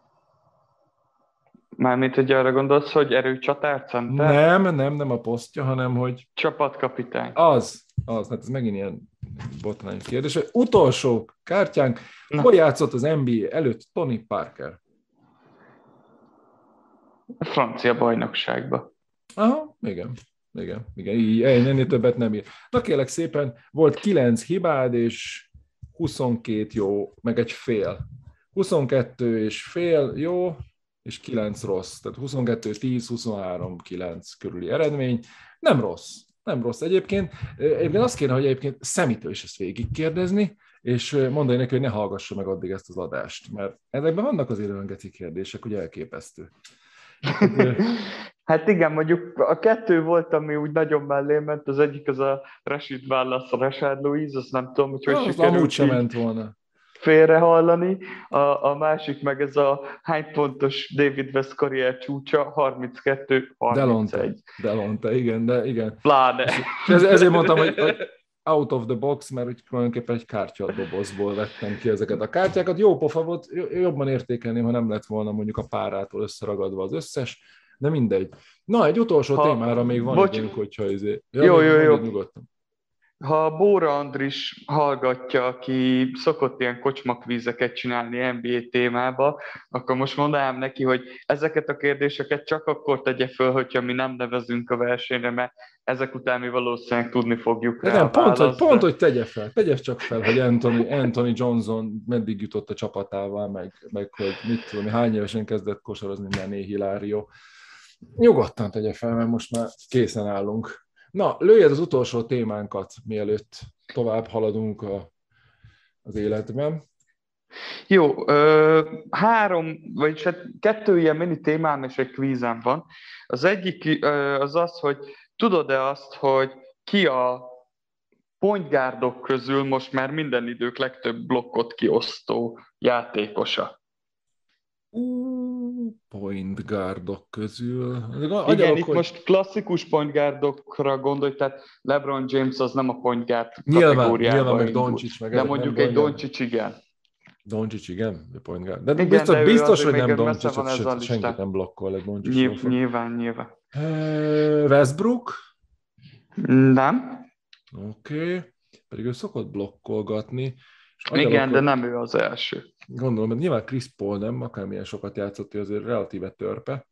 Mármint, hogy arra gondolsz, hogy erőcsatár, center? Nem, nem, nem a posztja, hanem hogy... Csapatkapitány. Az, az, hát ez megint ilyen botrányos kérdés. Utolsó kártyánk, Na. hol játszott az en bé á előtt Tony Parker? A francia bajnokságba. Aha, igen, igen, igen, így, ennél többet nem ír. Na kérlek szépen, volt kilenc hibád, és huszonkét jó, meg egy fél. huszonkettő és fél jó, és kilenc rossz. Tehát huszonkettő tíz, huszonhárom kilenc körüli eredmény. Nem rossz. Nem rossz egyébként. Egyébként azt kéne, hogy egyébként Szemitől is ezt végigkérdezni, és mondani neki, hogy ne hallgassa meg addig ezt az adást, mert ezekben vannak azért olyan geci kérdések, hogy elképesztő. Hát igen, mondjuk a kettő volt, ami úgy nagyon mellé ment, az egyik az a Rashid Wallace, a Rashad Louise, azt nem tudom, hogy hogy az sikerült amúgy sem ment volna. Félrehallani, a, a másik meg ez a hány pontos David West karrier csúcsa, harminckettő harmincegy. Delonte, igen, de igen. Pláne. Ez, ezért mondtam, hogy, hogy out of the box, mert úgy tulajdonképpen egy kártyadobozból vettem ki ezeket a kártyákat. Jó pofa volt, jobban értékelném, ha nem lett volna mondjuk a párától összeragadva az összes, de mindegy. Na, egy utolsó ha, témára még van bocs, időnk, hogyha izé... Ja, jó, jó, jó. Nyugodtan. Ha Bóra Andris hallgatja, aki szokott ilyen kocsmakvízeket csinálni en bé á témába, akkor most mondanám neki, hogy ezeket a kérdéseket csak akkor tegye föl, hogyha mi nem nevezünk a versenyre, mert ezek után mi valószínűleg tudni fogjuk rá nem, pont, hogy, választ. pont, hogy tegye fel, tegye csak fel, hogy Anthony, Anthony Johnson meddig jutott a csapatával, meg, meg hogy mit tudom, hány évesen kezdett kosarazni Mané Hilario. Nyugodtan tegye fel, mert most már készen állunk. Na, lőjed az utolsó témánkat, mielőtt tovább haladunk a, az életben. Jó, ö, három, vagyis hát kettő ilyen mini témám és egy kvízem van. Az egyik ö, az az, hogy tudod-e azt, hogy ki a point guardok közül most már minden idők legtöbb blokkot kiosztó játékosa? Uh, point guardok közül. Igen, itt hogy... most klasszikus point guardokra gondolj, tehát LeBron James az nem a point guard kategóriában. Nyilván, meg Doncic, meg de mondjuk egy Doncic, igen. Doncic, igen, a point guard. De igen, biztos, de biztos hogy nem Doncic, hogy senki nem blokkol egy Doncic. Nyilv, nyilván, nyilván. Uh, Westbrook? Nem. Oké, okay. Pedig ő szokott blokkolgatni. Igen, akkor... de nem ő az első. Gondolom, mert nyilván Chris Paul nem, akármilyen sokat játszott, azért relatíve törpe.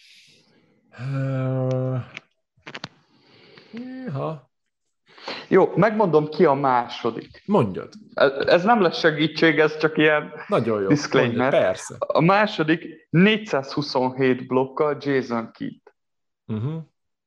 Ha. Jó, megmondom, ki a második. Mondjad. Ez, ez nem lesz segítség, ez csak ilyen nagyon jó. disclaimer. Mondjad, persze. A második négyszázhuszonhét blokkal Jason Kidd. Uh-huh.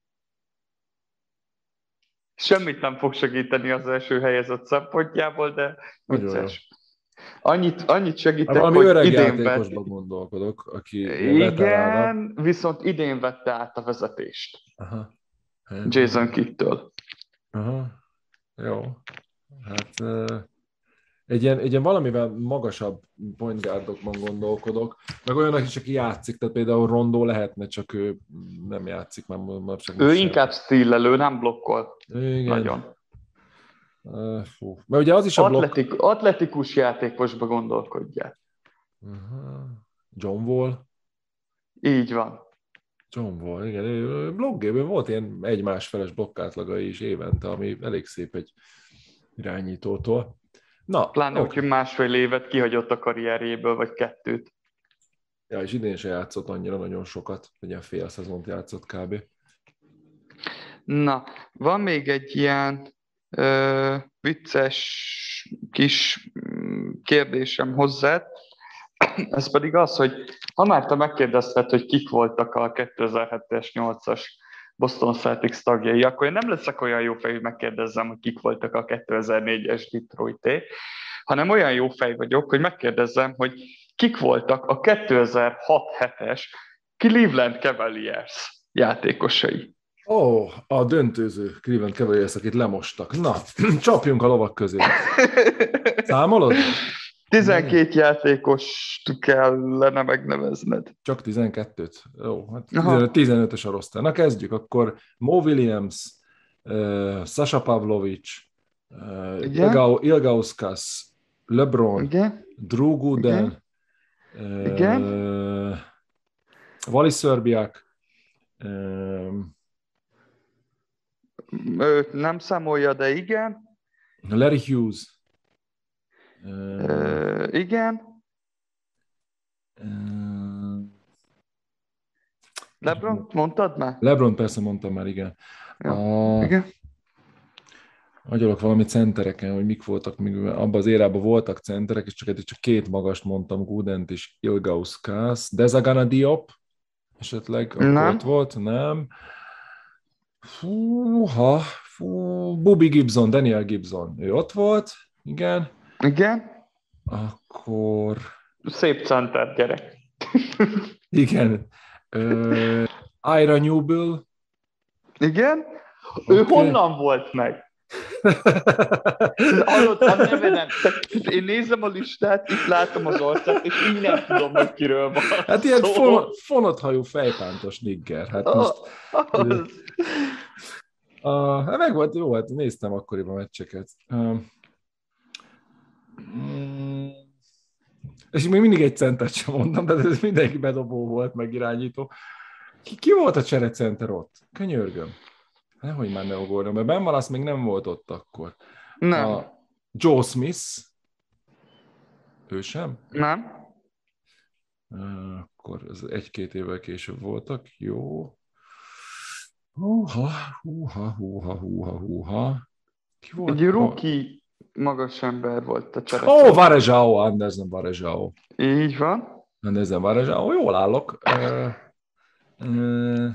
Semmit nem fog segíteni az első helyezett szempontjából, de vicces. Annyit, annyit segítek, valami hogy öreg idén játékosban vett... gondolkodok, aki igen, viszont idén vette át a vezetést. Aha. Hát, Jason Kidd-től. Aha. Jó. Hát egy ilyen, egy ilyen valamivel magasabb point guardokban gondolkodok, meg olyanak is, aki játszik, tehát például Rondo lehetne, csak ő nem játszik. Már, már csak ő inkább steal-elő, nem blokkol. Igen. Nagyon. Uh, fú. Mert ugye az is a Atletik, blokk... Atletikus játékosba gondolkodjál. Uh-huh. John Wall? Így van. John Wall, igen. Blokkgében volt ilyen egy-másfeles blokkátlaga is évente, ami elég szép egy irányítótól. Na, pláne okay. Hogy másfél évet kihagyott a karrierjéből, vagy kettőt. Ja, és idén se játszott annyira nagyon sokat, hogy ilyen fél szezont játszott kb. Na, van még egy ilyen ö, vicces kis kérdésem hozzá. Ez pedig az, hogy ha már te megkérdezted, hogy kik voltak a kétezer-hetes nyolcas Boston Celtics tagjai, akkor én nem leszek olyan jó fej, hogy megkérdezzem, hogy kik voltak a kétezer-négyes Detroit-é, hanem olyan jó fej vagyok, hogy megkérdezzem, hogy kik voltak a kétezer-hat-hetes Cleveland Cavaliers játékosai. Ó, oh, a döntőző Cleveland Cavaliers, akit lemostak. Na, csapjunk a lovak közé. Számolod? tizenkét játékost kellene megnevezned. Csak tizenkettőt? Jó, hát tizenötös a roster. Na kezdjük, akkor Mo Williams, uh, Sasha Pavlovic, uh, Ilgauskas, LeBron, Igen? Drew Gooden, Igen? Uh, Vali Szerbiak, uh, Őt nem számolja, de igen. Larry Hughes. Uh, uh, igen. Uh, LeBron, mondtad már? LeBron persze mondtam már, igen. Ja, a... igen. Agyalok valami centereken, hogy mik voltak, még abban az érában voltak centerek, és csak, csak két magast mondtam, Goodent és Ilgauskas. Dezagana Diop esetleg nem. Ott volt, nem. Fúha, fú, Bobby Gibson, Daniel Gibson, ő ott volt, igen. Igen. Akkor... Szép center, gyerek. Igen. Uh, Ira Newbill. Igen. Okay. Ő honnan volt meg? Hallott a nevenem. Én nézem a listát, itt látom az arcát, és így nem tudom, hogy kiről van. Hát ilyen szó. fonathajú fejpántos nigger. Hát most... Oh, Uh, hát meg volt, jó, hát néztem akkoriban meccseket. Uh, mm, és még mindig egy centert sem mondtam, de ez mindenki bedobó volt, meg irányító. Ki, ki volt a cserecenter ott? Könyörgöm. Nehogy már ne ugorjam, mert Ben Wallace még nem volt ott akkor. Nem. A Joe Smith, ő sem? Nem. Uh, akkor ez egy-két évvel később voltak, jó. Húha, húha, húha, húha, húha. Ki volt? Egy rookie magas ember volt a csere. Ó, oh, Varejao, Anderson Varejao. Így van. Anderson Varejao, jól állok. Uh, uh,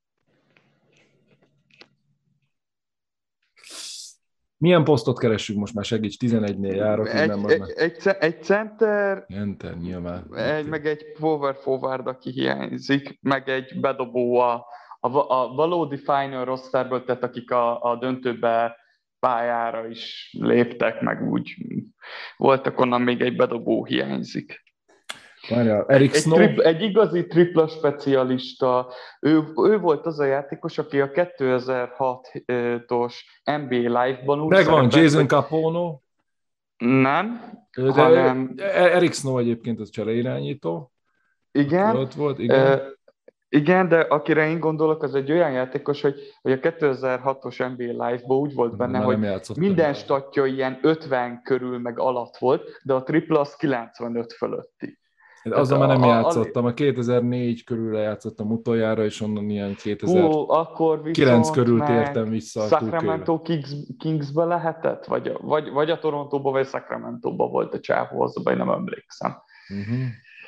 milyen posztot keressünk most már? Segíts, tizenegynél járok. Egy, nem egy, egy, egy center, center, nyilván. Egy, meg egy power forward, aki hiányzik, meg egy bedobó a A, a valódi final rosterből, tehát akik a, a döntőbe pályára is léptek, meg úgy voltak, onnan még egy bedobó hiányzik. Várjál, Eric egy, Snow. Egy, tripl, egy igazi tripla specialista. Ő, ő volt az a játékos, aki a kétezer-hatos en bé á Live-ban úgy megvan, Jason Capono. Nem. De hanem... Eric Snow egyébként az csereirányító. Igen. Ott volt, igen. Uh, Igen, de akire én gondolok, az egy olyan játékos, hogy, hogy a kétezer-hatos en bé á Live-ban úgy volt benne, már hogy minden statja ilyen ötven körül meg alatt volt, de a tripla az kilencvenöt fölötti. Azzal már nem a, játszottam, a kétezer-négy körülre játszottam utoljára, és onnan ilyen kétezer-kilenc körül tértem vissza. Sacramento Kings, Kingsbe lehetett? Vagy, vagy, vagy a Torontóba, vagy Sacramento-ba volt a csávó, azonban én nem emlékszem. Uh-huh.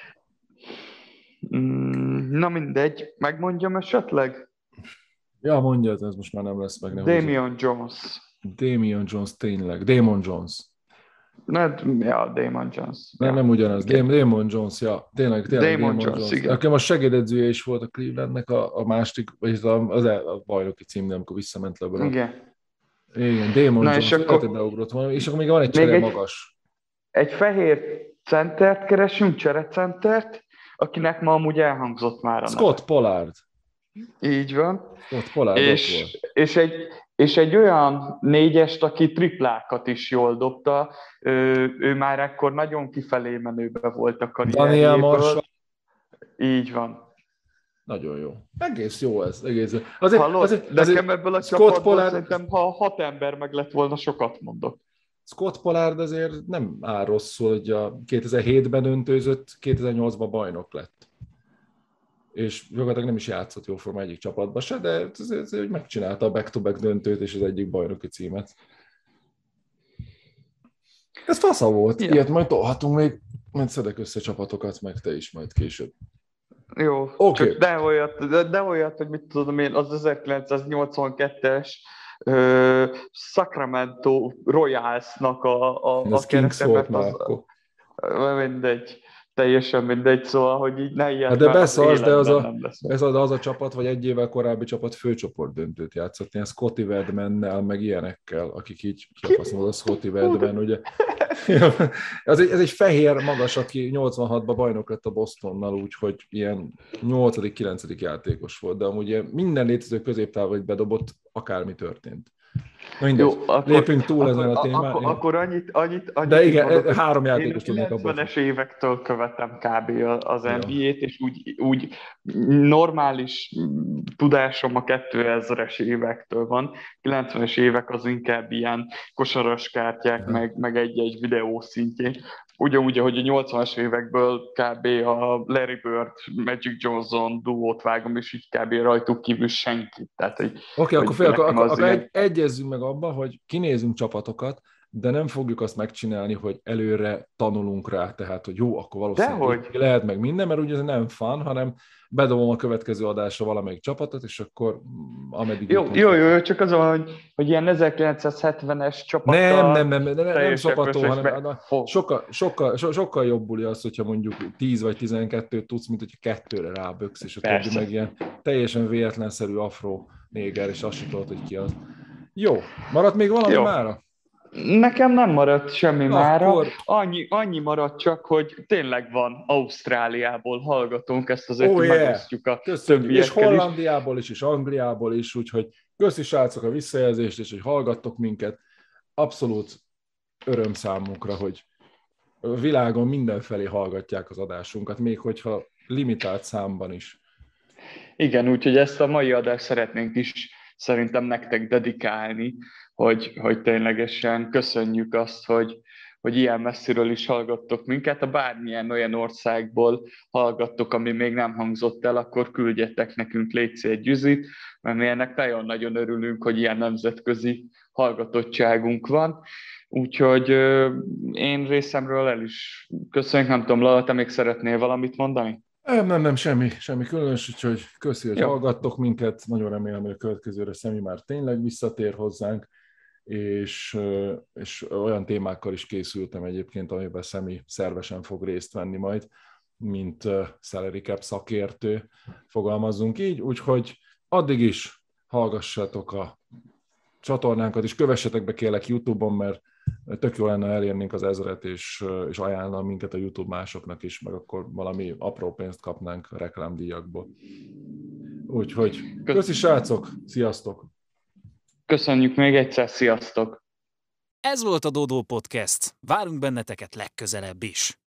Na mindegy, megmondjam esetleg? Ja, mondjad, ez most már nem lesz meg. Damian Jones. Damian Jones, tényleg. Damon Jones. Ne, ja, Damon Jones. Nem, ja. nem ugyanaz. Igen. Damon Jones, ja. Tényleg, tényleg Damon, Damon Jones, Jones. Aki most segédedzője is volt a Clevelandnek a, a másik, vagy az a bajnoki címnél, amikor visszament LeBron. Igen. Igen, Damon Na, Jones, és akkor, beugrott valami, és akkor még van egy csere magas. Egy fehér centert keresünk, cserecentert, akinek ma amúgy elhangzott már a Scott neve. Pollard. Így van. Scott Pollard és, volt. És, egy, és egy olyan négyest, aki triplákat is jól dobta, ő, ő már ekkor nagyon kifelé menőbe volt a karrierjéből. Daniel Marshall. Így van. Nagyon jó. Egész jó ez. Egész jó. Azért, Hallod? azért, Nekem azért ebből a Scott csapatból Pollard... szerintem, ha hat ember meg lett volna, sokat mondok. Scott Pollard azért nem áll rosszul, hogy a kétezer-hétben döntőzött, kétezer-nyolcban bajnok lett. És gyakorlatilag nem is játszott jóforma egyik csapatban se, de ez, ez, ez, megcsinálta a back-to-back döntőt és az egyik bajnoki címet. Ez fasza volt. Ja. Ilyet majd tolhatunk még, majd szedek össze csapatokat, meg te is majd később. Jó, okay. Csak de olyat, de, de olyat, hogy mit tudom én, az ezerkilencszáznyolcvankettes uh, Sacramento Royals-nak a, a, a keretemet, az, mindegy, teljesen mindegy, szóval, hogy így ne ilyet, de beszarsz, de az a, ez az, az a csapat, vagy egy évvel korábbi csapat főcsoport döntőt játszott, ilyen Scotty Wedmannel, meg ilyenekkel, akik így kifaszolod a Scotty Wedman, ugye. ez, egy, ez egy fehér magas, aki nyolcvanhatban bajnok lett a Bostonnal, úgyhogy ilyen nyolcadik-kilencedik játékos volt, de amúgy minden létező középtávol bedobott, akármi történt. Jó, akkor, lépünk túl akkor, ezen a témán. Akkor, akkor annyit, annyit, annyit... De igen, mondok, három játékos tudnék abban. kilencvenes évektől követem kb. Az en bé á-t, és úgy, úgy normális tudásom a kétezres évektől van. kilencvenes évek az inkább ilyen kosaras kártyák, meg, meg egy-egy videó szintjén. Ugyanúgy, ahogy a nyolcvanas évekből kb. A Larry Bird, Magic Johnson duót vágom, és így kb. Rajtuk kívül senkit. Oké, okay, akkor, fél, akkor, akkor, akkor egy, egyezzünk meg abba, hogy kinézünk csapatokat, de nem fogjuk azt megcsinálni, hogy előre tanulunk rá, tehát, hogy jó, akkor valószínűleg lehet meg minden, mert ugye ez nem fun, hanem bedobom a következő adásra valamelyik csapatot, és akkor ameddig... Jó, jó, jó, csak az van, hogy, hogy ilyen ezerkilencszázhetvenes csapattal... Nem, nem, nem, nem, nem, nem szopató, hanem sokkal, sokkal, so, sokkal jobb buli az, hogyha mondjuk tíz vagy tizenkettőt tudsz, mint hogyha kettőre ráböksz, és a többi meg ilyen teljesen véletlenszerű afro néger, és azt sem tudod, hogy ki az. Jó, maradt még valami jó. Mára? Nekem nem maradt semmi Na, mára, akkor... annyi, annyi maradt csak, hogy tényleg van Ausztráliából hallgatónk, ezt azért oh, yeah. megosztjuk a többiekkel és Hollandiából is, és Angliából is, úgyhogy köszi srácok a visszajelzést, és hogy hallgattok minket. Abszolút öröm számunkra, hogy a világon mindenfelé hallgatják az adásunkat, még hogyha limitált számban is. Igen, úgyhogy ezt a mai adást szeretnénk is szerintem nektek dedikálni, hogy, hogy ténylegesen köszönjük azt, hogy, hogy ilyen messziről is hallgattok minket. Ha bármilyen olyan országból hallgattok, ami még nem hangzott el, akkor küldjetek nekünk légy egy üzit, mert mi ennek nagyon-nagyon örülünk, hogy ilyen nemzetközi hallgatottságunk van. Úgyhogy én részemről el is köszönjük, nem tudom, Lala, te még szeretnél valamit mondani? Nem, nem, nem, semmi, semmi különös, úgyhogy köszi, hogy Jó. hallgattok minket. Nagyon remélem, hogy a következőre Szemi már tényleg visszatér hozzánk, és, és olyan témákkal is készültem egyébként, amiben Szemi szervesen fog részt venni majd, mint salary cap szakértő, fogalmazzunk így, úgyhogy addig is hallgassátok a csatornánkat, és kövessetek be kérlek YouTube-on, mert tök jó lenne elérnénk az ezret, és, és ajánlana minket a YouTube másoknak is, meg akkor valami apró pénzt kapnánk a reklámdíjakból. Úgyhogy köszi srácok, sziasztok! Köszönjük még egyszer, sziasztok! Ez volt a Dodó Podcast. Várunk benneteket legközelebb is.